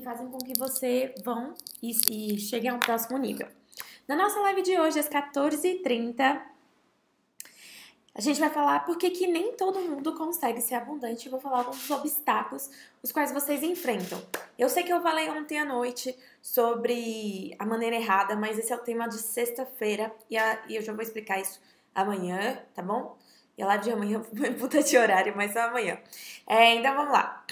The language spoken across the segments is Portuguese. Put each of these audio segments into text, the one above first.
fazem com que você vão e chegue a um próximo nível. Na nossa live de hoje, às 14h30, a gente vai falar por que nem todo mundo consegue ser abundante. Eu vou falar alguns obstáculos os quais vocês enfrentam. Eu sei que eu falei ontem à noite sobre a maneira errada, mas esse é o tema de sexta-feira e eu já vou explicar isso amanhã, tá bom? E a live de amanhã foi puta de horário, mas só amanhã. Então vamos lá.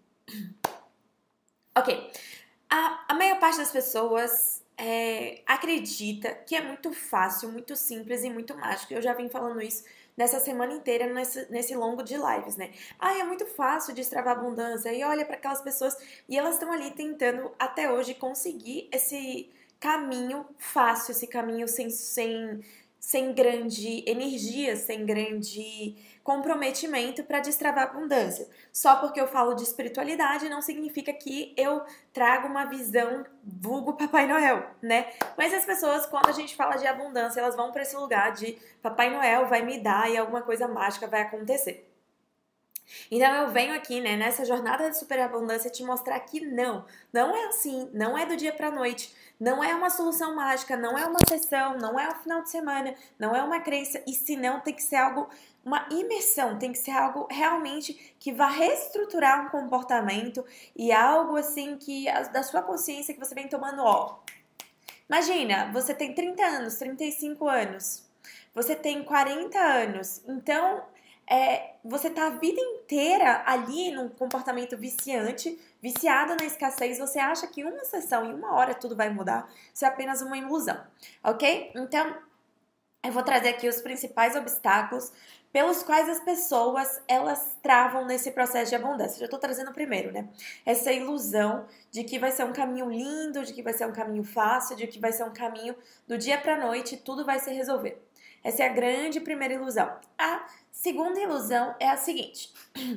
Ok. A maior parte das pessoas acredita que é muito fácil, muito simples e muito mágico. Eu já vim falando isso nessa semana inteira, nesse longo de lives, né? É muito fácil destravar abundância. E olha para aquelas pessoas e elas estão ali tentando até hoje conseguir esse caminho fácil, esse caminho sem grande energia, sem grande comprometimento para destravar abundância. Só porque eu falo de espiritualidade não significa que eu trago uma visão vulgo Papai Noel, né? Mas as pessoas, quando a gente fala de abundância, elas vão para esse lugar de Papai Noel vai me dar e alguma coisa mágica vai acontecer. Então eu venho aqui, né, nessa jornada de superabundância te mostrar que não é assim, não é do dia pra noite, não é uma solução mágica, não é uma sessão, não é um final de semana, não é uma crença, e se não tem que ser algo, uma imersão, tem que ser algo realmente que vá reestruturar um comportamento e algo assim que da sua consciência que você vem tomando, ó. Imagina, você tem 30 anos, 35 anos, você tem 40 anos, então você tá a vida inteira ali num comportamento viciante, viciado na escassez, você acha que uma sessão, em uma hora tudo vai mudar, isso é apenas uma ilusão, ok? Então, eu vou trazer aqui os principais obstáculos pelos quais as pessoas, elas travam nesse processo de abundância. Já tô trazendo o primeiro, né? Essa ilusão de que vai ser um caminho lindo, de que vai ser um caminho fácil, de que vai ser um caminho do dia pra noite, tudo vai se resolver. Essa é a grande primeira ilusão. A segunda ilusão é a seguinte.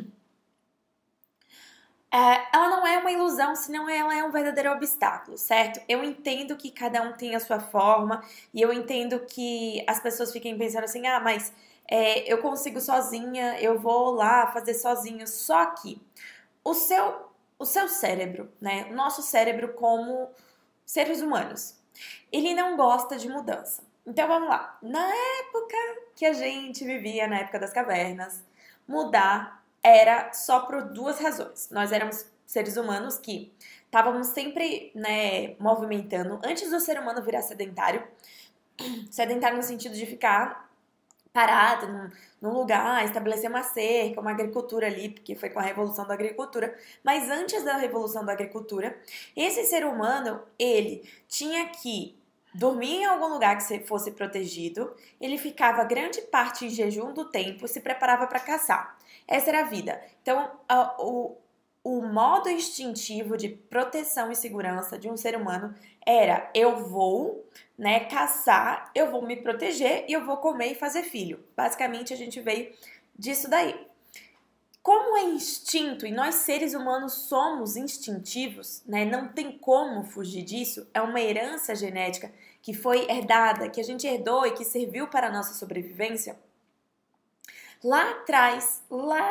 Ela não é uma ilusão, senão ela é um verdadeiro obstáculo, certo? Eu entendo que cada um tem a sua forma e eu entendo que as pessoas fiquem pensando assim, mas eu consigo sozinha, eu vou lá fazer sozinho. Só que o seu cérebro, né? O nosso cérebro como seres humanos, ele não gosta de mudança. Então vamos lá. Na época que a gente vivia, na época das cavernas, mudar era só por duas razões. Nós éramos seres humanos que estávamos sempre, né, movimentando. Antes do ser humano virar sedentário no sentido de ficar parado num lugar, estabelecer uma cerca, uma agricultura ali, porque foi com a revolução da agricultura. Mas antes da revolução da agricultura, esse ser humano, ele tinha que dormir em algum lugar que fosse protegido, ele ficava grande parte em jejum do tempo, se preparava para caçar. Essa era a vida. Então, o modo instintivo de proteção e segurança de um ser humano era: eu vou, né, caçar, eu vou me proteger e eu vou comer e fazer filho. Basicamente, a gente veio disso daí. Como é instinto, e nós seres humanos somos instintivos, né? Não tem como fugir disso, é uma herança genética que foi herdada, que a gente herdou e que serviu para a nossa sobrevivência. Lá atrás,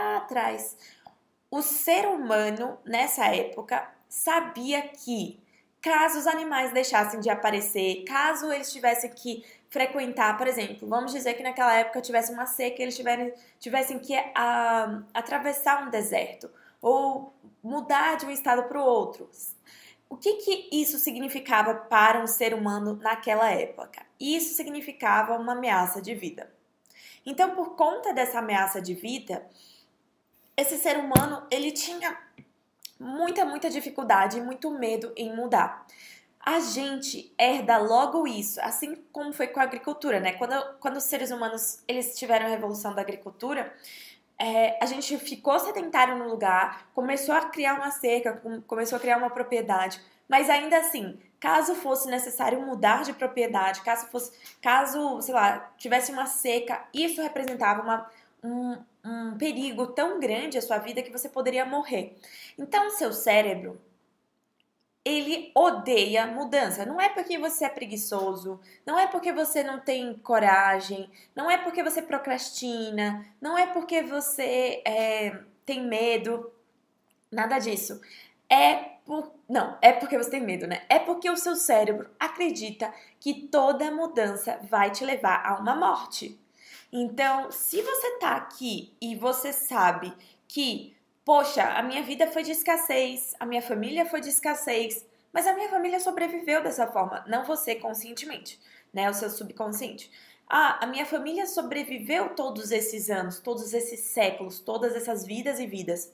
o ser humano, nessa época, sabia que caso os animais deixassem de aparecer, caso eles tivessem que frequentar, por exemplo, vamos dizer que naquela época tivesse uma seca e eles tivessem que atravessar um deserto ou mudar de um estado para o outro. O que isso significava para um ser humano naquela época? Isso significava uma ameaça de vida. Então, por conta dessa ameaça de vida, esse ser humano, ele tinha muita dificuldade e muito medo em mudar. A gente herda logo isso, assim como foi com a agricultura, né? Quando os seres humanos, eles tiveram a revolução da agricultura, a gente ficou sedentário no lugar, começou a criar uma cerca, começou a criar uma propriedade, mas ainda assim, caso fosse necessário mudar de propriedade, caso, sei lá, tivesse uma seca, isso representava um perigo tão grande à sua vida que você poderia morrer. Então, o seu cérebro, ele odeia mudança. Não é porque você é preguiçoso, não é porque você não tem coragem, não é porque você procrastina, não é porque você tem medo, nada disso. É Não, é porque você tem medo, né? É porque o seu cérebro acredita que toda mudança vai te levar a uma morte. Então, se você tá aqui e você sabe que, poxa, a minha vida foi de escassez, a minha família foi de escassez, mas a minha família sobreviveu dessa forma, não você conscientemente, né? O seu subconsciente. Ah, a minha família sobreviveu todos esses anos, todos esses séculos, todas essas vidas e vidas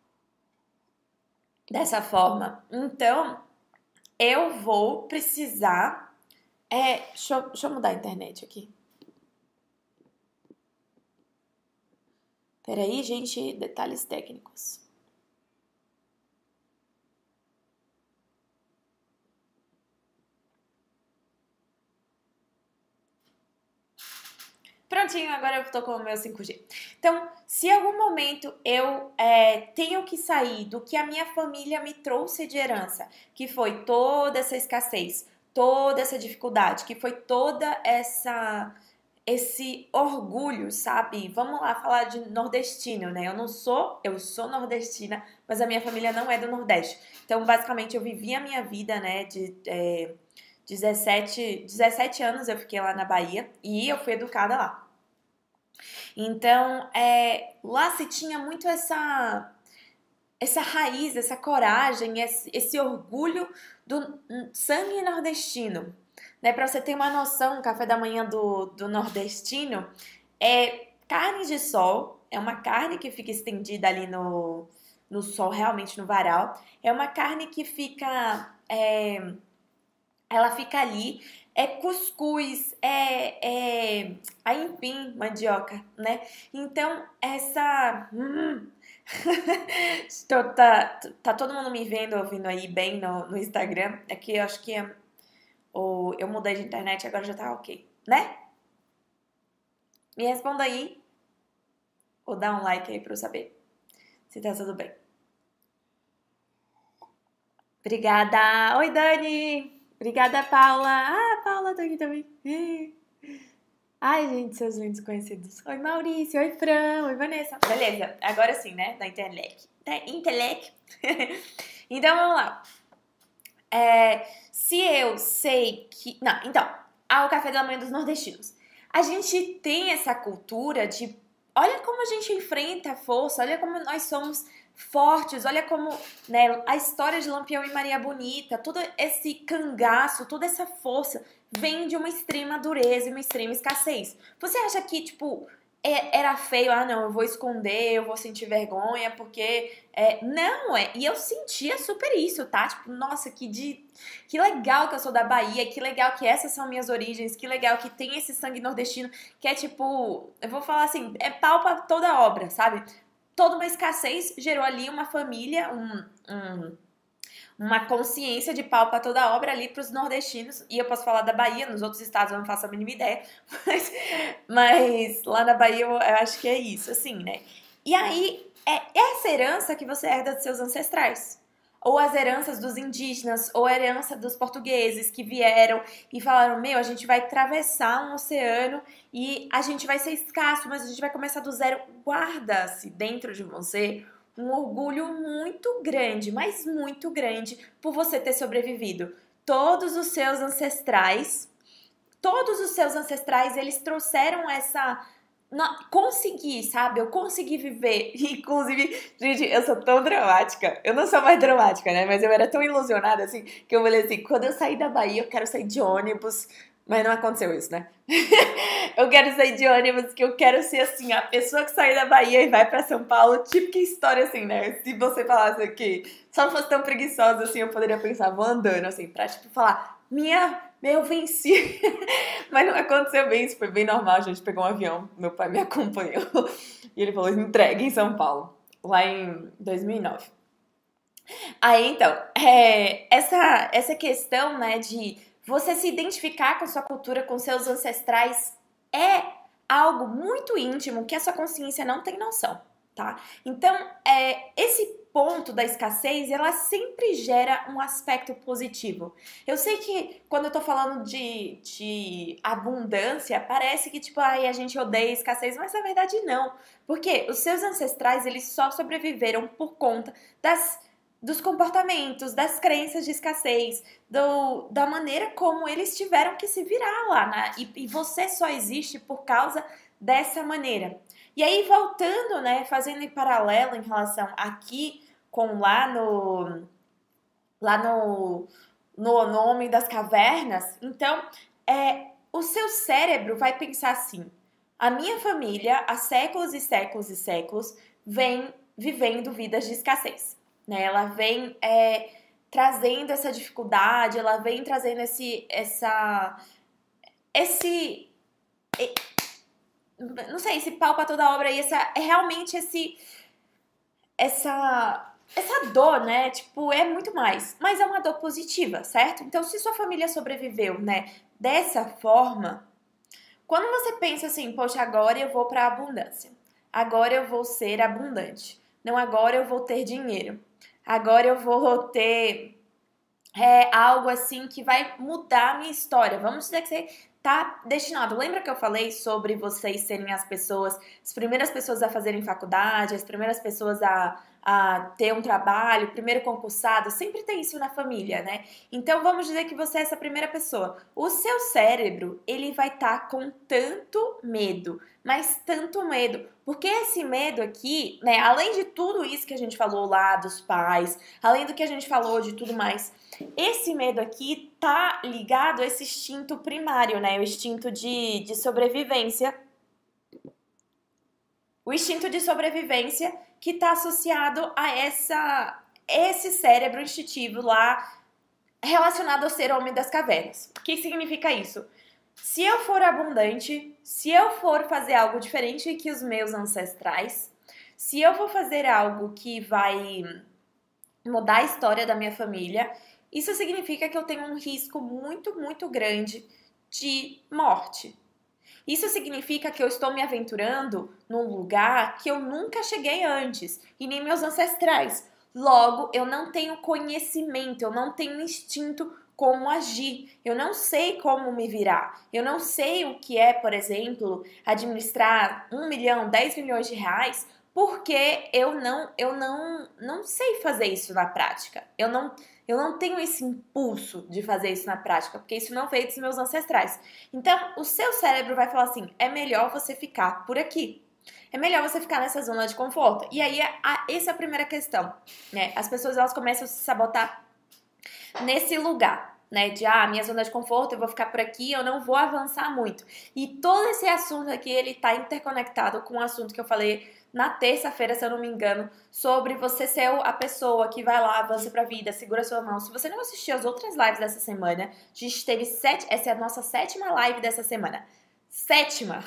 dessa forma. Então, eu vou precisar. Deixa eu mudar a internet aqui. Peraí, gente, detalhes técnicos. Prontinho, agora eu tô com o meu 5G. Então, se em algum momento eu tenho que sair do que a minha família me trouxe de herança, que foi toda essa escassez, toda essa dificuldade, que foi toda esse orgulho, sabe? Vamos lá falar de nordestino, né? Eu sou nordestina, mas a minha família não é do Nordeste. Então, basicamente, eu vivi a minha vida, né, de 17 anos eu fiquei lá na Bahia e eu fui educada lá. Então, lá se tinha muito essa raiz, essa coragem, esse orgulho do sangue nordestino. Né? Para você ter uma noção, o café da manhã do nordestino é carne de sol, é uma carne que fica estendida ali no sol, realmente no varal. É uma carne que ela fica ali, é cuscuz, aipim, mandioca, né? Então, tá todo mundo me vendo, ouvindo aí bem no Instagram. É que eu acho que eu mudei de internet, agora já tá ok, né? Me responda aí, ou dá um like aí pra eu saber se tá tudo bem. Obrigada! Oi, Dani! Obrigada, Paula! Ah, Paula tá aqui também. Ai, gente, seus lindos conhecidos. Oi, Maurício. Oi, Fran. Oi, Vanessa. Beleza, agora sim, né? Da internet. Então, vamos lá. Se eu sei que... Não, então, o café da manhã dos nordestinos. A gente tem essa cultura de... Olha como a gente enfrenta a força, olha como nós somos fortes, olha como, né, a história de Lampião e Maria Bonita, todo esse cangaço, toda essa força vem de uma extrema dureza e uma extrema escassez. Você acha que, tipo, era feio, não, eu vou esconder, eu vou sentir vergonha, porque... não, e eu sentia super isso, tá? Tipo, nossa, que legal que eu sou da Bahia, que legal que essas são minhas origens, que legal que tem esse sangue nordestino, que é tipo, eu vou falar assim, é pau pra toda obra, sabe? Toda uma escassez gerou ali uma família, uma consciência de pau pra toda obra ali pros nordestinos. E eu posso falar da Bahia, nos outros estados eu não faço a mínima ideia. Mas lá na Bahia eu acho que é isso, assim, né? E aí, é essa herança que você herda dos seus ancestrais. Ou as heranças dos indígenas, ou a herança dos portugueses que vieram e falaram, meu, a gente vai atravessar um oceano e a gente vai ser escasso, mas a gente vai começar do zero. Guarda-se dentro de você um orgulho muito grande, mas muito grande, por você ter sobrevivido. Todos os seus ancestrais, eles trouxeram consegui, sabe? Eu consegui viver. Inclusive, gente, eu sou tão dramática. Eu não sou mais dramática, né? Mas eu era tão ilusionada, assim, que eu falei assim, quando eu sair da Bahia, eu quero sair de ônibus. Mas não aconteceu isso, né? Eu quero sair de ônibus, que eu quero ser, assim, a pessoa que sai da Bahia e vai pra São Paulo. Típica história, assim, né? Se você falasse que só não fosse tão preguiçosa, assim, eu poderia pensar, vou andando, assim, pra, tipo, falar, eu venci. Mas não aconteceu bem, isso foi bem normal. A gente pegou um avião, meu pai me acompanhou e ele falou: entregue em São Paulo, lá em 2009. Aí então, essa questão, né, de você se identificar com sua cultura, com seus ancestrais, é algo muito íntimo que a sua consciência não tem noção, tá? Então, esse ponto da escassez, ela sempre gera um aspecto positivo. Eu sei que quando eu tô falando de abundância, parece que, tipo, a gente odeia escassez, mas na verdade não. Porque os seus ancestrais, eles só sobreviveram por conta das dos comportamentos, das crenças de escassez, da maneira como eles tiveram que se virar lá, né? E você só existe por causa dessa maneira. E aí, voltando, né, fazendo em paralelo em relação aqui com no Homem das Cavernas, então, o seu cérebro vai pensar assim, a minha família, há séculos e séculos e séculos, vem vivendo vidas de escassez, né? Ela vem trazendo essa dificuldade, ela vem trazendo esse, não sei, esse pau pra toda obra e realmente essa dor, né? Tipo, é muito mais. Mas é uma dor positiva, certo? Então, se sua família sobreviveu, né, dessa forma, quando você pensa assim, poxa, agora eu vou pra abundância. Agora eu vou ser abundante. Não, agora eu vou ter dinheiro. Agora eu vou ter algo assim que vai mudar a minha história. Vamos dizer que você tá destinado. Lembra que eu falei sobre vocês serem as primeiras pessoas a fazerem faculdade, as primeiras pessoas a ter um trabalho, primeiro concursado? Sempre tem isso na família, né? Então vamos dizer que você é essa primeira pessoa. O seu cérebro, ele vai estar com tanto medo, mas tanto medo, porque esse medo aqui, né, além de tudo isso que a gente falou lá dos pais, além do que a gente falou de tudo mais, esse medo aqui tá ligado a esse instinto primário, né? O instinto de sobrevivência. O instinto de sobrevivência que tá associado a esse cérebro instintivo lá relacionado ao ser homem das cavernas. O que significa isso? Se eu for abundante, se eu for fazer algo diferente que os meus ancestrais, se eu for fazer algo que vai mudar a história da minha família, isso significa que eu tenho um risco muito, muito grande de morte. Isso significa que eu estou me aventurando num lugar que eu nunca cheguei antes e nem meus ancestrais. Logo, eu não tenho conhecimento, eu não tenho instinto como agir, eu não sei como me virar, eu não sei o que é, por exemplo, administrar 1 milhão, 10 milhões de reais, porque eu não sei fazer isso na prática. Eu não tenho esse impulso de fazer isso na prática, porque isso não veio dos meus ancestrais. Então, o seu cérebro vai falar assim: é melhor você ficar por aqui. É melhor você ficar nessa zona de conforto. E aí, essa é a primeira questão, né? As pessoas, elas começam a se sabotar nesse lugar, né? De, minha zona de conforto, eu vou ficar por aqui, eu não vou avançar muito. E todo esse assunto aqui, ele tá interconectado com o assunto que eu falei na terça-feira, se eu não me engano, sobre você ser a pessoa que vai lá, avança pra vida, segura sua mão. Se você não assistiu as outras lives dessa semana, a gente teve essa é a nossa 7ª live dessa semana. 7ª!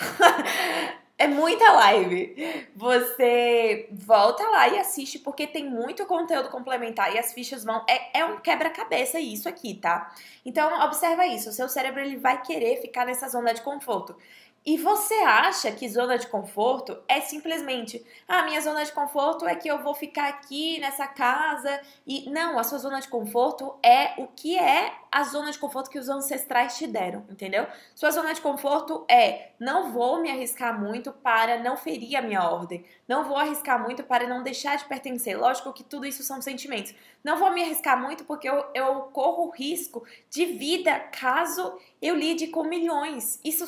É muita live. Você volta lá e assiste, porque tem muito conteúdo complementar e as fichas vão... É um quebra-cabeça isso aqui, tá? Então, observa isso. O seu cérebro, ele vai querer ficar nessa zona de conforto. E você acha que zona de conforto é simplesmente, minha zona de conforto é que eu vou ficar aqui nessa casa e não, a sua zona de conforto é o que é a zona de conforto que os ancestrais te deram, entendeu? Sua zona de conforto é, não vou me arriscar muito para não ferir a minha ordem, não vou arriscar muito para não deixar de pertencer. Lógico que tudo isso são sentimentos. Não vou me arriscar muito porque eu corro risco de vida caso eu lide com milhões. Isso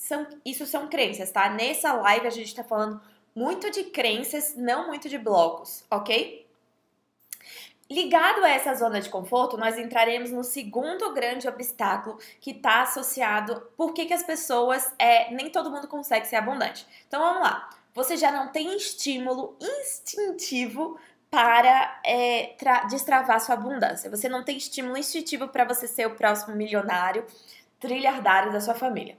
são crenças, tá? Nessa live a gente tá falando muito de crenças, não muito de blocos, ok? Ligado a essa zona de conforto, nós entraremos no segundo grande obstáculo que está associado por que as pessoas, nem todo mundo consegue ser abundante. Então vamos lá, você já não tem estímulo instintivo para destravar sua abundância. Você não tem estímulo instintivo para você ser o próximo milionário, trilhardário da sua família.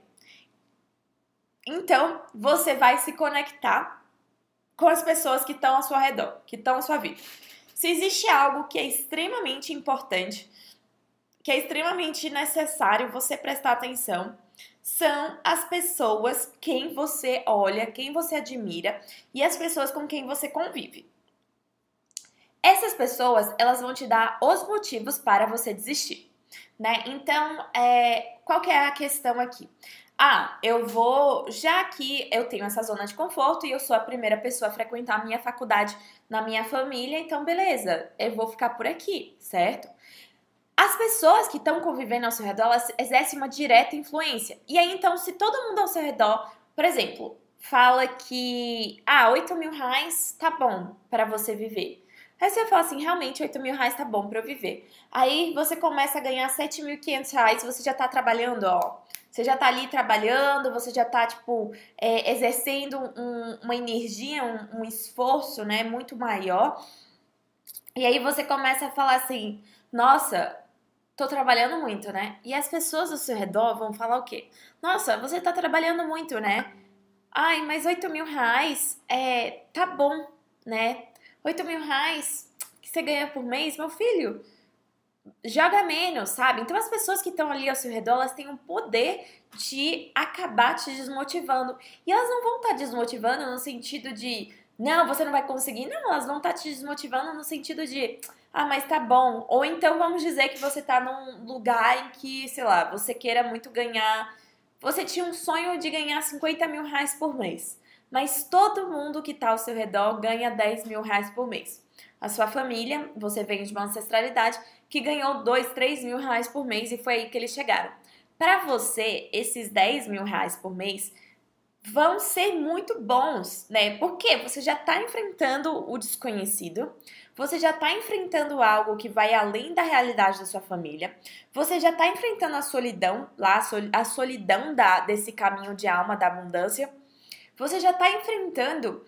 Então, você vai se conectar com as pessoas que estão ao seu redor, que estão à sua vida. Se existe algo que é extremamente importante, que é extremamente necessário você prestar atenção, são as pessoas quem você olha, quem você admira e as pessoas com quem você convive. Essas pessoas, elas vão te dar os motivos para você desistir. né? Então, qual que é a questão aqui? Já que eu tenho essa zona de conforto e eu sou a primeira pessoa a frequentar a minha faculdade na minha família, então beleza, eu vou ficar por aqui, certo? As pessoas que estão convivendo ao seu redor, elas exercem uma direta influência. E aí, então, se todo mundo ao seu redor, por exemplo, fala que, R$ 8.000 tá bom para você viver. Aí você fala assim, realmente, R$ 8.000 tá bom para eu viver. Aí você começa a ganhar R$ 7.500, você já tá trabalhando, ó. Você já tá ali trabalhando, você já tá, tipo, exercendo uma energia, um esforço, né, muito maior. E aí você começa a falar assim, nossa, tô trabalhando muito, né? E as pessoas ao seu redor vão falar o quê? Nossa, você tá trabalhando muito, né? Ai, mas R$ 8.000 tá bom, né? R$ 8.000 que você ganha por mês, meu filho, joga menos, sabe? Então as pessoas que estão ali ao seu redor, elas têm um poder de acabar te desmotivando. E elas não vão estar desmotivando no sentido de, não, você não vai conseguir. Não, elas vão estar te desmotivando no sentido de, mas tá bom. Ou então vamos dizer que você tá num lugar em que, sei lá, você queira muito ganhar. Você tinha um sonho de ganhar R$ 50.000 por mês. Mas todo mundo que tá ao seu redor ganha R$ 10.000 por mês. A sua família, você vem de uma ancestralidade que ganhou R$ 2, R$ 3.000 por mês e foi aí que eles chegaram. Para você, esses R$ 10.000 por mês vão ser muito bons, né? Porque você já está enfrentando o desconhecido, você já está enfrentando algo que vai além da realidade da sua família, você já está enfrentando a solidão, a solidão desse caminho de alma da abundância, você já está enfrentando.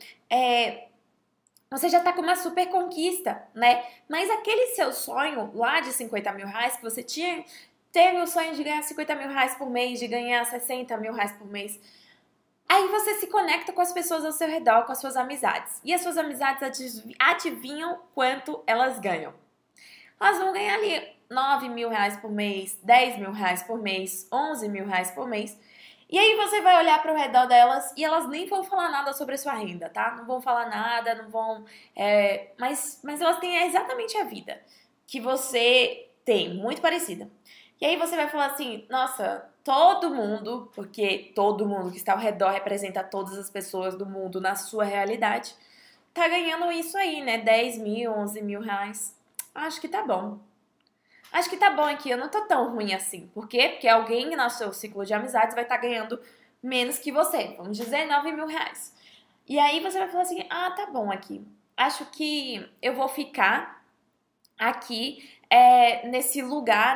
Você já tá com uma super conquista, né? Mas aquele seu sonho lá de R$ 50.000 que você teve o sonho de ganhar R$ 50.000 por mês, de ganhar R$ 60.000 por mês. Aí você se conecta com as pessoas ao seu redor, com as suas amizades. E as suas amizades adivinham quanto elas ganham. Elas vão ganhar ali R$ 9.000 por mês, R$ 10.000 por mês, R$ 11.000 por mês. E aí você vai olhar para o redor delas e elas nem vão falar nada sobre a sua renda, tá? Não vão falar nada, não vão... mas elas têm exatamente a vida que você tem, muito parecida. E aí você vai falar assim, nossa, todo mundo, porque todo mundo que está ao redor representa todas as pessoas do mundo na sua realidade, tá ganhando isso aí, né? 10.000, R$ 11.000. Acho que tá bom. Acho que tá bom aqui, eu não tô tão ruim assim. Por quê? Porque alguém no seu ciclo de amizades vai estar ganhando menos que você. Vamos dizer R$ 9.000. E aí você vai falar assim, tá bom aqui. Acho que eu vou ficar aqui nesse lugar,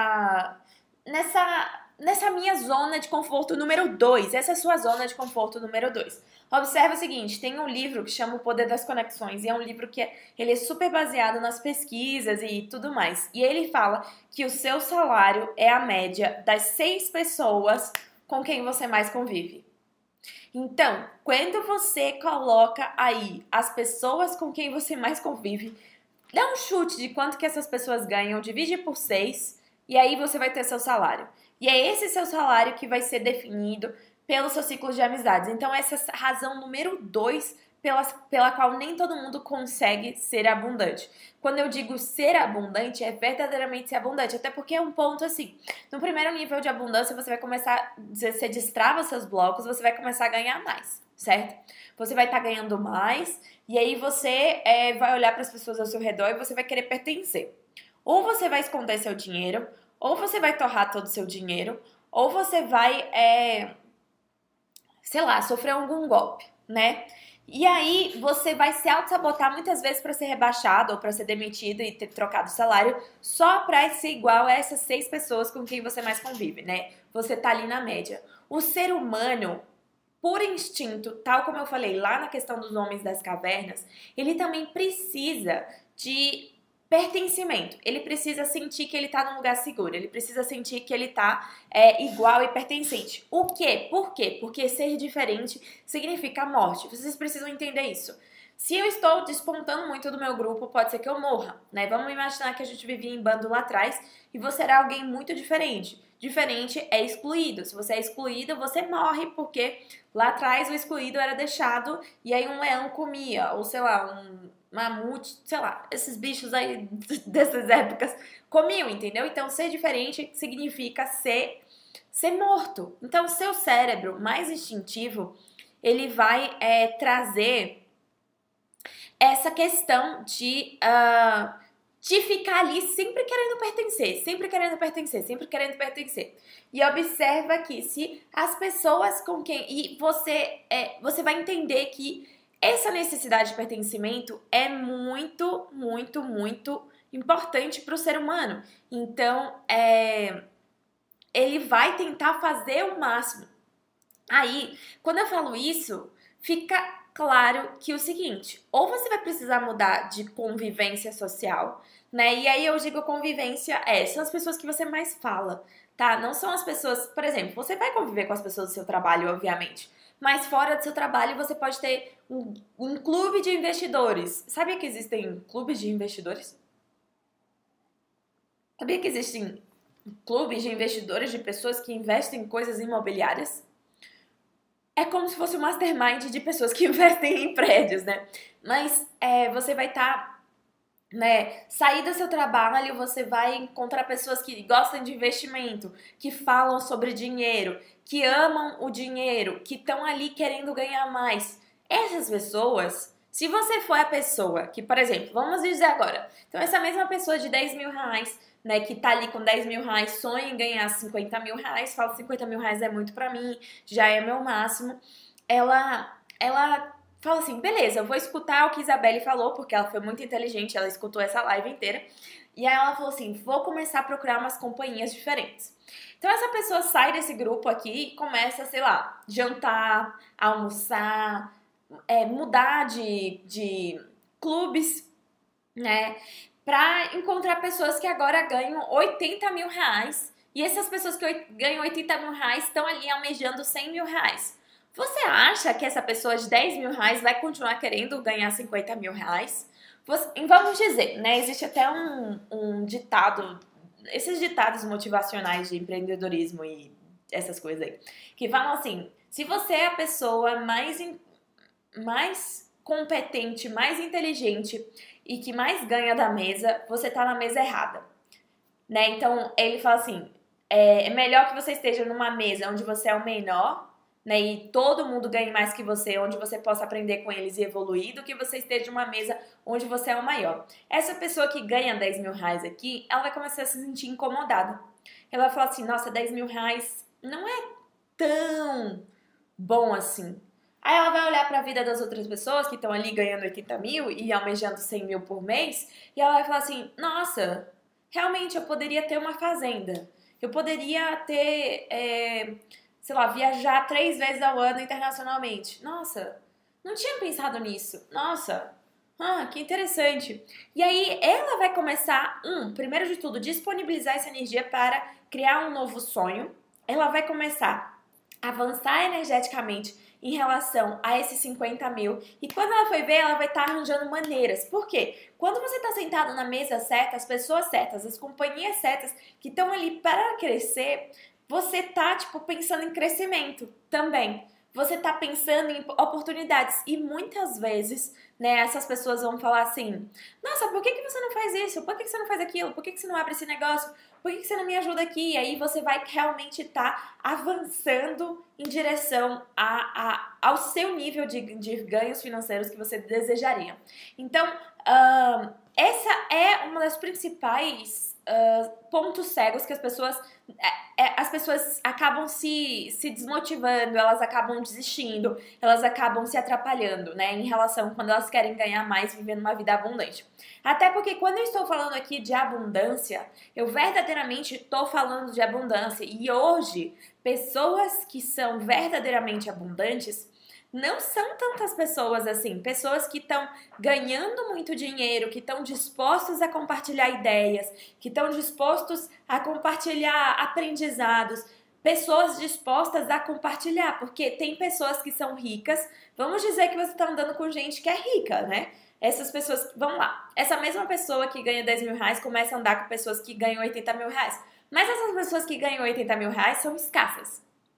nessa minha zona de conforto número 2. Essa é a sua zona de conforto número 2. Observe o seguinte, tem um livro que chama O Poder das Conexões, e é um livro que ele é super baseado nas pesquisas e tudo mais. E ele fala que o seu salário é a média das 6 pessoas com quem você mais convive. Então, quando você coloca aí as pessoas com quem você mais convive, dá um chute de quanto que essas pessoas ganham, divide por 6, e aí você vai ter seu salário. E é esse seu salário que vai ser definido pelo seu ciclo de amizades. Então, essa é a razão número 2 pela qual nem todo mundo consegue ser abundante. Quando eu digo ser abundante, é verdadeiramente ser abundante. Até porque é um ponto assim, no primeiro nível de abundância, você vai começar, você destrava seus blocos, você vai começar a ganhar mais, certo? Você vai estar ganhando mais, e aí você vai olhar para as pessoas ao seu redor e você vai querer pertencer. Ou você vai esconder seu dinheiro, ou você vai torrar todo o seu dinheiro, ou você vai sei lá, sofrer algum golpe, né? E aí você vai se auto-sabotar muitas vezes para ser rebaixado ou para ser demitido e ter trocado o salário só para ser igual a essas 6 pessoas com quem você mais convive, né? Você tá ali na média. O ser humano, por instinto, tal como eu falei lá na questão dos homens das cavernas, ele também precisa de pertencimento. Ele precisa sentir que ele tá num lugar seguro. Ele precisa sentir que ele tá igual e pertencente. O quê? Por quê? Porque ser diferente significa morte. Vocês precisam entender isso. Se eu estou despontando muito do meu grupo, pode ser que eu morra, né? Vamos imaginar que a gente vivia em bando lá atrás e você era alguém muito diferente. Diferente é excluído. Se você é excluído, você morre porque lá atrás o excluído era deixado e aí um leão comia, ou sei lá, mamute, sei lá, esses bichos aí dessas épocas comiam, entendeu? Então, ser diferente significa ser morto. Então, o seu cérebro mais instintivo, ele vai trazer essa questão de ficar ali sempre querendo pertencer, sempre querendo pertencer, sempre querendo pertencer. E observa que se as pessoas com quem... E você vai entender que essa necessidade de pertencimento é muito, muito, muito importante para o ser humano. Então, ele vai tentar fazer o máximo. Aí, quando eu falo isso, fica claro que é o seguinte, ou você vai precisar mudar de convivência social, né? E aí eu digo convivência são as pessoas que você mais fala, tá? Não são as pessoas, por exemplo, você vai conviver com as pessoas do seu trabalho, obviamente, mas fora do seu trabalho você pode ter um clube de investidores. Sabia que existem clubes de investidores? Sabia que existem clubes de investidores, de pessoas que investem em coisas imobiliárias? É como se fosse um mastermind de pessoas que investem em prédios, né? Mas você vai estar, né? Sair do seu trabalho, você vai encontrar pessoas que gostam de investimento, que falam sobre dinheiro, que amam o dinheiro, que estão ali querendo ganhar mais. Essas pessoas, se você for a pessoa que, por exemplo, vamos dizer agora, então essa mesma pessoa de 10 mil reais, né, que tá ali com 10 mil reais, sonha em ganhar 50 mil reais, fala 50 mil reais é muito pra mim, já é meu máximo. Ela fala assim, beleza, eu vou escutar o que Isabelle falou, porque ela foi muito inteligente, ela escutou essa live inteira. E aí ela falou assim, vou começar a procurar umas companhias diferentes. Então essa pessoa sai desse grupo aqui e começa, sei lá, jantar, almoçar, mudar de clubes, né? Pra encontrar pessoas que agora ganham 80 mil reais. E essas pessoas que ganham 80 mil reais estão ali almejando 100 mil reais. Você acha que essa pessoa de 10 mil reais vai continuar querendo ganhar 50 mil reais? Vamos dizer, né? Existe até um ditado, esses ditados motivacionais de empreendedorismo e essas coisas aí, que falam assim, se você é a pessoa mais competente, mais inteligente e que mais ganha da mesa, você tá na mesa errada, né? Então, ele fala assim, é melhor que você esteja numa mesa onde você é o menor, né? E todo mundo ganhe mais que você, onde você possa aprender com eles e evoluir, do que você esteja numa mesa onde você é o maior. Essa pessoa que ganha 10 mil reais aqui, ela vai começar a se sentir incomodada. Ela vai falar assim, nossa, 10 mil reais não é tão bom assim. Aí ela vai olhar para a vida das outras pessoas que estão ali ganhando 80 mil e almejando 100 mil por mês, e ela vai falar assim, nossa, realmente eu poderia ter uma fazenda, eu poderia ter, sei lá, viajar 3 vezes ao ano internacionalmente. Nossa, não tinha pensado nisso. Nossa, que interessante. E aí ela vai começar, primeiro de tudo, disponibilizar essa energia para criar um novo sonho. Ela vai começar a avançar energeticamente em relação a esses 50 mil. E quando ela for ver, ela vai estar arranjando maneiras. Por quê? Quando você está sentado na mesa certa, as pessoas certas, as companhias certas que estão ali para crescer, você tá, tipo, pensando em crescimento também. Você tá pensando em oportunidades. E muitas vezes, né, essas pessoas vão falar assim, nossa, por que você não faz isso? Por que você não faz aquilo? Por que você não abre esse negócio? Por que você não me ajuda aqui? E aí você vai realmente estar avançando em direção ao seu nível de ganhos financeiros que você desejaria. Então, essa é uma das principais pontos cegos que as pessoas acabam se desmotivando, elas acabam desistindo, elas acabam se atrapalhando, né, em relação quando elas querem ganhar mais vivendo uma vida abundante. Até porque quando eu estou falando aqui de abundância, eu verdadeiramente estou falando de abundância. E hoje, pessoas que são verdadeiramente abundantes não são tantas pessoas assim, pessoas que estão ganhando muito dinheiro, que estão dispostos a compartilhar ideias, que estão dispostos a compartilhar aprendizados, pessoas dispostas a compartilhar, porque tem pessoas que são ricas, vamos dizer que você está andando com gente que é rica, né? Essas pessoas, vamos lá, essa mesma pessoa que ganha 10 mil reais começa a andar com pessoas que ganham 80 mil reais, mas essas pessoas que ganham 80 mil reais são escassas.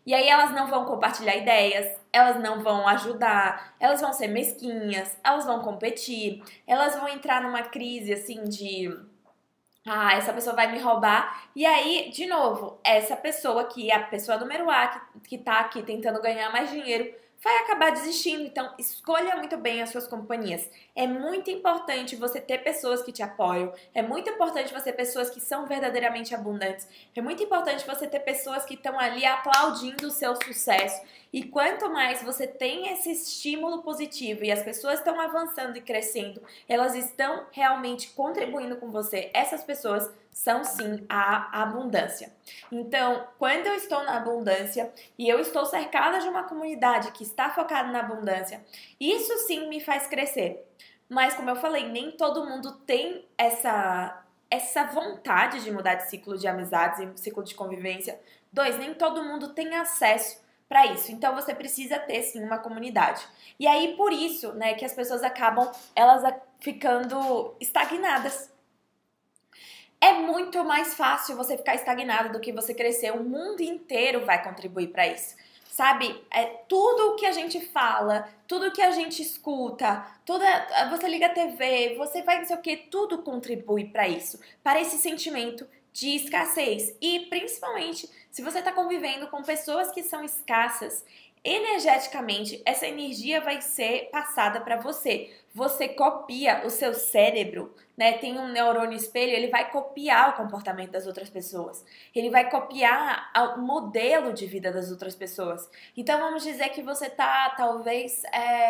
E aí elas não vão compartilhar ideias, elas não vão ajudar, elas vão ser mesquinhas, elas vão competir, elas vão entrar numa crise assim de essa pessoa vai me roubar. E aí, de novo, essa pessoa que é a pessoa número A, que tá aqui tentando ganhar mais dinheiro, vai acabar desistindo. Então, escolha muito bem as suas companhias. É muito importante você ter pessoas que te apoiam. É muito importante você ter pessoas que são verdadeiramente abundantes. É muito importante você ter pessoas que estão ali aplaudindo o seu sucesso. E quanto mais você tem esse estímulo positivo e as pessoas estão avançando e crescendo, elas estão realmente contribuindo com você, essas pessoas são sim a abundância. Então, quando eu estou na abundância e eu estou cercada de uma comunidade que está focada na abundância, isso sim me faz crescer. Mas, como eu falei, nem todo mundo tem essa vontade de mudar de ciclo de amizades e ciclo de convivência. 2, nem todo mundo tem acesso para isso. Então você precisa ter sim uma comunidade. E aí por isso, né, que as pessoas acabam elas ficando estagnadas. É muito mais fácil você ficar estagnado do que você crescer. O mundo inteiro vai contribuir para isso. Sabe? Tudo que a gente fala, tudo que a gente escuta, você liga a TV, você vai não sei o que, tudo contribui para isso, para esse sentimento de escassez. E principalmente, se você está convivendo com pessoas que são escassas, energeticamente, essa energia vai ser passada para você. Você copia o seu cérebro, né? Tem um neurônio espelho, ele vai copiar o comportamento das outras pessoas. Ele vai copiar o modelo de vida das outras pessoas. Então vamos dizer que você tá, talvez,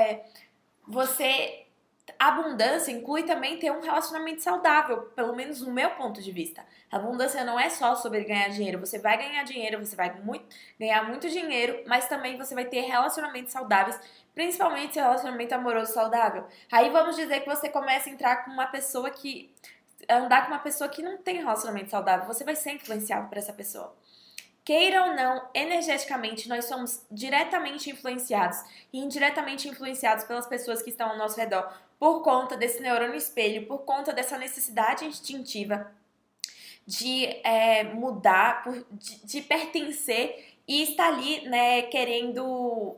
você abundância inclui também ter um relacionamento saudável, pelo menos no meu ponto de vista. A abundância não é só sobre ganhar dinheiro. Você vai ganhar dinheiro, você vai ganhar muito dinheiro, mas também você vai ter relacionamentos saudáveis, principalmente seu relacionamento amoroso saudável. Aí vamos dizer que você começa a entrar com uma pessoa que andar com uma pessoa que não tem relacionamento saudável, você vai ser influenciado por essa pessoa. Queira ou não, energeticamente, nós somos diretamente influenciados e indiretamente influenciados pelas pessoas que estão ao nosso redor por conta desse neurônio espelho, por conta dessa necessidade instintiva de mudar, de pertencer e estar ali, né, querendo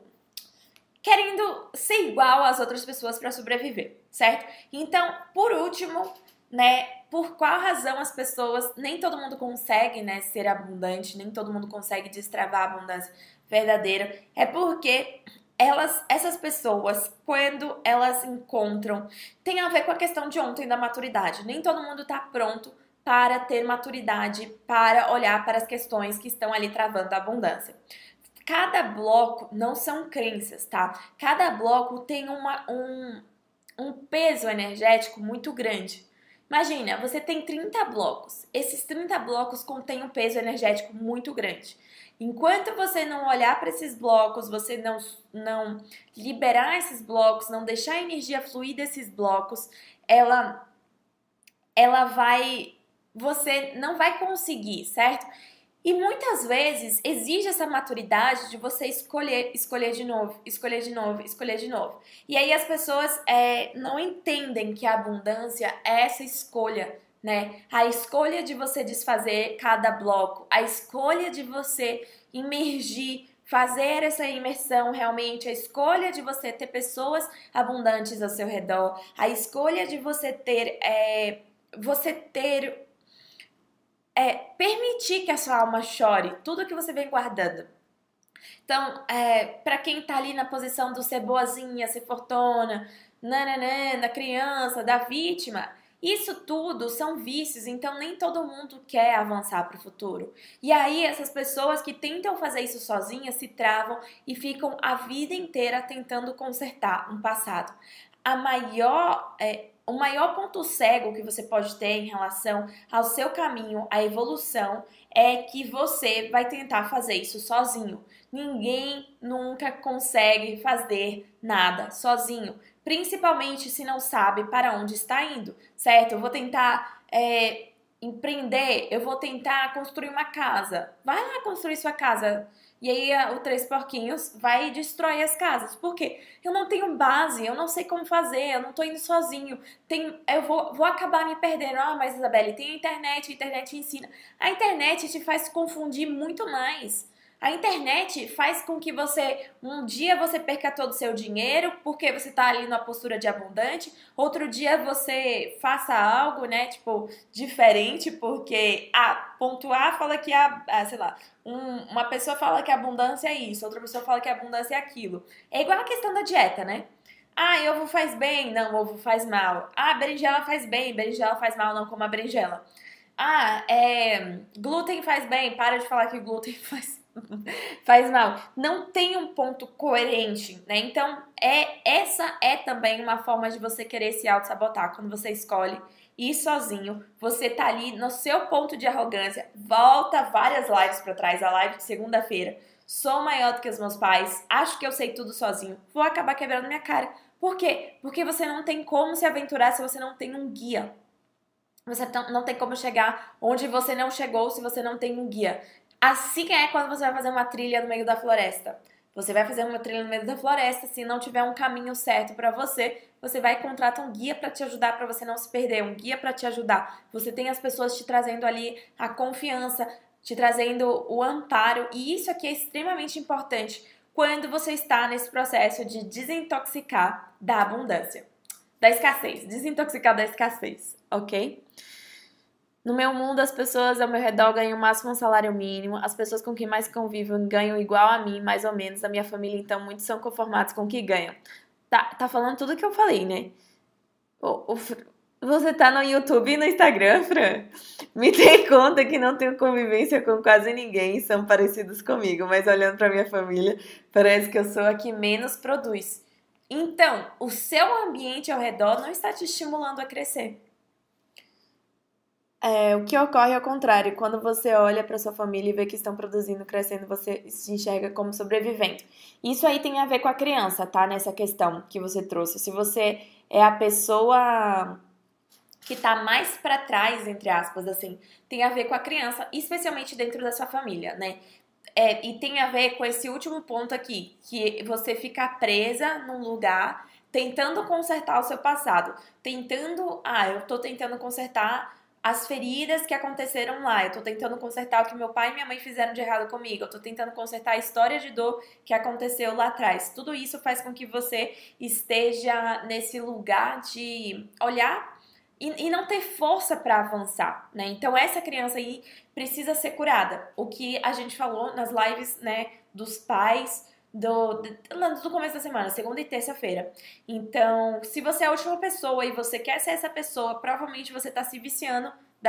ser igual às outras pessoas para sobreviver, certo? Então, por último, né, por qual razão as pessoas, nem todo mundo consegue, né, ser abundante, nem todo mundo consegue destravar a abundância verdadeira, é porque essas pessoas, quando elas encontram, tem a ver com a questão de ontem da maturidade. Nem todo mundo está pronto para ter maturidade, para olhar para as questões que estão ali travando a abundância. Cada bloco não são crenças, tá? Cada bloco tem um peso energético muito grande. Imagina, você tem 30 blocos. Esses 30 blocos contêm um peso energético muito grande. Enquanto você não olhar para esses blocos, você não liberar esses blocos, não deixar a energia fluir desses blocos, você não vai conseguir, certo? E muitas vezes exige essa maturidade de você escolher de novo, escolher de novo, escolher de novo. E aí as pessoas não entendem que a abundância é essa escolha, né? A escolha de você desfazer cada bloco, a escolha de você imergir, fazer essa imersão realmente, a escolha de você ter pessoas abundantes ao seu redor, a escolha de você ter permitir que a sua alma chore tudo que você vem guardando. Então, para quem tá ali na posição do ser boazinha, ser fortuna, da criança, da vítima, isso tudo são vícios, então nem todo mundo quer avançar para o futuro. E aí essas pessoas que tentam fazer isso sozinhas se travam e ficam a vida inteira tentando consertar um passado. O maior ponto cego que você pode ter em relação ao seu caminho, à evolução, é que você vai tentar fazer isso sozinho. Ninguém nunca consegue fazer nada sozinho, principalmente se não sabe para onde está indo, certo? Eu vou tentar empreender, eu vou tentar construir uma casa. Vai lá construir sua casa. E aí o Três Porquinhos vai e destrói as casas. Por quê? Eu não tenho base, eu não sei como fazer, eu não tô indo sozinho. Eu vou acabar me perdendo. Mas Isabelle, tem a internet ensina. A internet te faz confundir muito mais. A internet faz com que um dia você perca todo o seu dinheiro porque você tá ali numa postura de abundante, outro dia você faça algo, né, tipo, diferente porque ponto A fala que sei lá, uma pessoa fala que a abundância é isso, outra pessoa fala que a abundância é aquilo. É igual a questão da dieta, né? Ovo faz bem, não, ovo faz mal. Berinjela faz bem, berinjela faz mal, não coma berinjela. Glúten faz bem, para de falar que glúten faz mal. Não tem um ponto coerente, né? Então, essa é também uma forma de você querer se auto-sabotar. Quando você escolhe ir sozinho, você tá ali no seu ponto de arrogância. Volta várias lives pra trás, a live de segunda-feira. Sou maior do que os meus pais, acho que eu sei tudo sozinho, vou acabar quebrando minha cara. Por quê? Porque você não tem como se aventurar se você não tem um guia. Você não tem como chegar onde você não chegou se você não tem um guia. Assim é quando você vai fazer uma trilha no meio da floresta. Você vai fazer uma trilha no meio da floresta, se não tiver um caminho certo pra você, você vai contratar um guia pra te ajudar, pra você não se perder, um guia pra te ajudar. Você tem as pessoas te trazendo ali a confiança, te trazendo o amparo, e isso aqui é extremamente importante quando você está nesse processo de desintoxicar da abundância, da escassez, desintoxicar da escassez, ok? No meu mundo, as pessoas ao meu redor ganham o máximo um salário mínimo, as pessoas com quem mais convivo ganham igual a mim, mais ou menos, a minha família, então, muitos são conformados com o que ganham. Tá falando tudo que eu falei, né? Você tá no YouTube e no Instagram, Fran? Me dei conta que não tenho convivência com quase ninguém, são parecidos comigo, mas olhando pra minha família, parece que eu sou a que menos produz. Então, o seu ambiente ao redor não está te estimulando a crescer. O que ocorre ao contrário, quando você olha para sua família e vê que estão produzindo, crescendo, você se enxerga como sobrevivente. Isso aí tem a ver com a criança, tá? Nessa questão que você trouxe. Se você é a pessoa que tá mais para trás, entre aspas, assim, tem a ver com a criança, especialmente dentro da sua família, né? E tem a ver com esse último ponto aqui, que você fica presa num lugar tentando consertar o seu passado. Eu tô tentando consertar as feridas que aconteceram lá. Eu tô tentando consertar o que meu pai e minha mãe fizeram de errado comigo. Eu tô tentando consertar a história de dor que aconteceu lá atrás. Tudo isso faz com que você esteja nesse lugar de olhar e não ter força para avançar, né? Então essa criança aí precisa ser curada. O que a gente falou nas lives, né, dos pais do começo da semana, segunda e terça-feira. Então, se você é a última pessoa e você quer ser essa pessoa, provavelmente você tá se viciando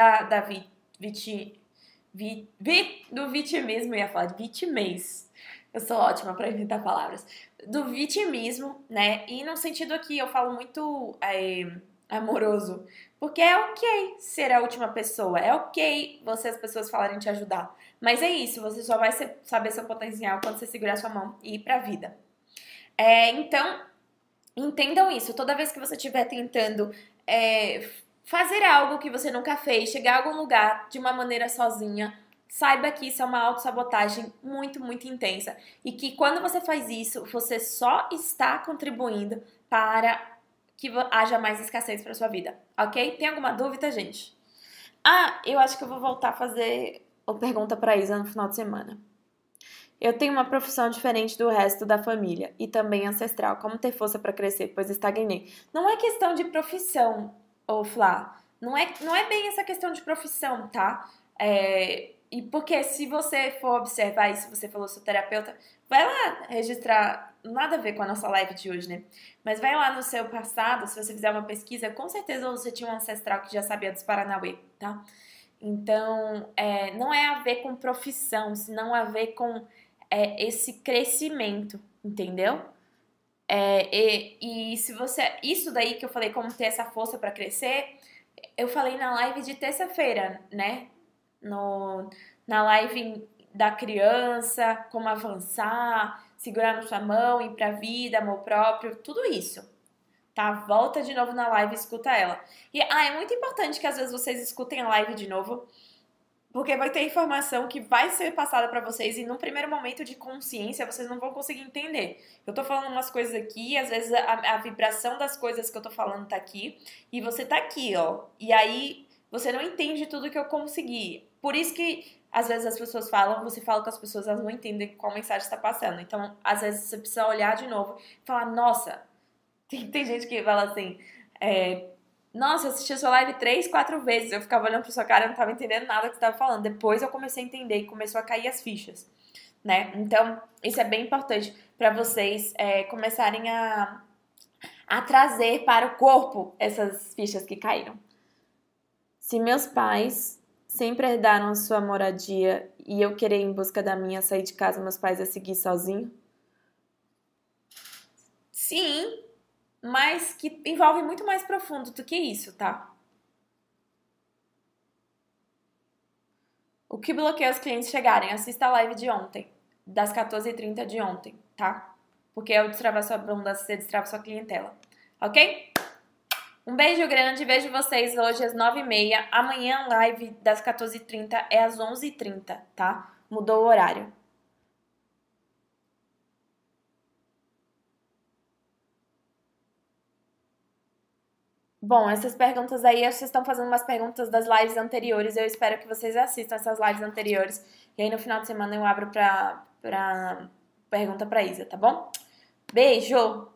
do vitimismo, eu ia falar de vitimez. Eu sou ótima para inventar palavras. Do vitimismo, né? E no sentido aqui, eu falo muito amoroso. Porque é ok ser a última pessoa. É ok as pessoas falarem te ajudar. Mas é isso, você só vai saber seu potencial quando você segurar sua mão e ir pra vida. Então, entendam isso. Toda vez que você estiver tentando fazer algo que você nunca fez, chegar a algum lugar de uma maneira sozinha, saiba que isso é uma autossabotagem muito, muito intensa. E que quando você faz isso, você só está contribuindo para que haja mais escassez para sua vida, ok? Tem alguma dúvida, gente? Eu acho que eu vou voltar a fazer a pergunta para Isa no final de semana. Eu tenho uma profissão diferente do resto da família e também ancestral. Como ter força para crescer, pois estagnei. Não é questão de profissão, Flá. Não é bem essa questão de profissão, tá? E porque se você for observar isso, você falou sou terapeuta, vai lá registrar, nada a ver com a nossa live de hoje, né? Mas vai lá no seu passado, se você fizer uma pesquisa, com certeza você tinha um ancestral que já sabia dos Paranauê, tá? Então, não é a ver com profissão, senão a ver com esse crescimento, entendeu? E se você. Isso daí que eu falei, como ter essa força pra crescer, eu falei na live de terça-feira, né? Na live da criança, como avançar, segurar na sua mão, ir pra vida, amor próprio, tudo isso. Tá? Volta de novo na live e escuta ela. E é muito importante que às vezes vocês escutem a live de novo, porque vai ter informação que vai ser passada pra vocês e num primeiro momento de consciência vocês não vão conseguir entender. Eu tô falando umas coisas aqui, às vezes a vibração das coisas que eu tô falando tá aqui, e você tá aqui, ó. E aí você não entende tudo que eu consegui. Por isso que às vezes as pessoas falam, você fala com as pessoas, elas não entendem qual mensagem está passando. Então, às vezes você precisa olhar de novo e falar, nossa, tem gente que fala assim, nossa, eu assisti a sua live 3, 4 vezes. Eu ficava olhando pra sua cara e não tava entendendo nada que você tava falando. Depois eu comecei a entender e começou a cair as fichas, né? Então, isso é bem importante pra vocês começarem a trazer para o corpo essas fichas que caíram. Se meus pais sempre herdaram a sua moradia e eu querer ir em busca da minha, sair de casa, meus pais a seguir sozinho? Sim, mas que envolve muito mais profundo do que isso, tá? O que bloqueia os clientes chegarem? Assista a live de ontem, das 14h30 de ontem, tá? Porque é o destravar sua abundância, você destrava sua clientela, ok? Um beijo grande, vejo vocês hoje às 9h30. Amanhã a live das 14h30 é às 11h30, tá? Mudou o horário. Bom, essas perguntas aí, vocês estão fazendo umas perguntas das lives anteriores. Eu espero que vocês assistam essas lives anteriores. E aí no final de semana eu abro pra pergunta pra Isa, tá bom? Beijo!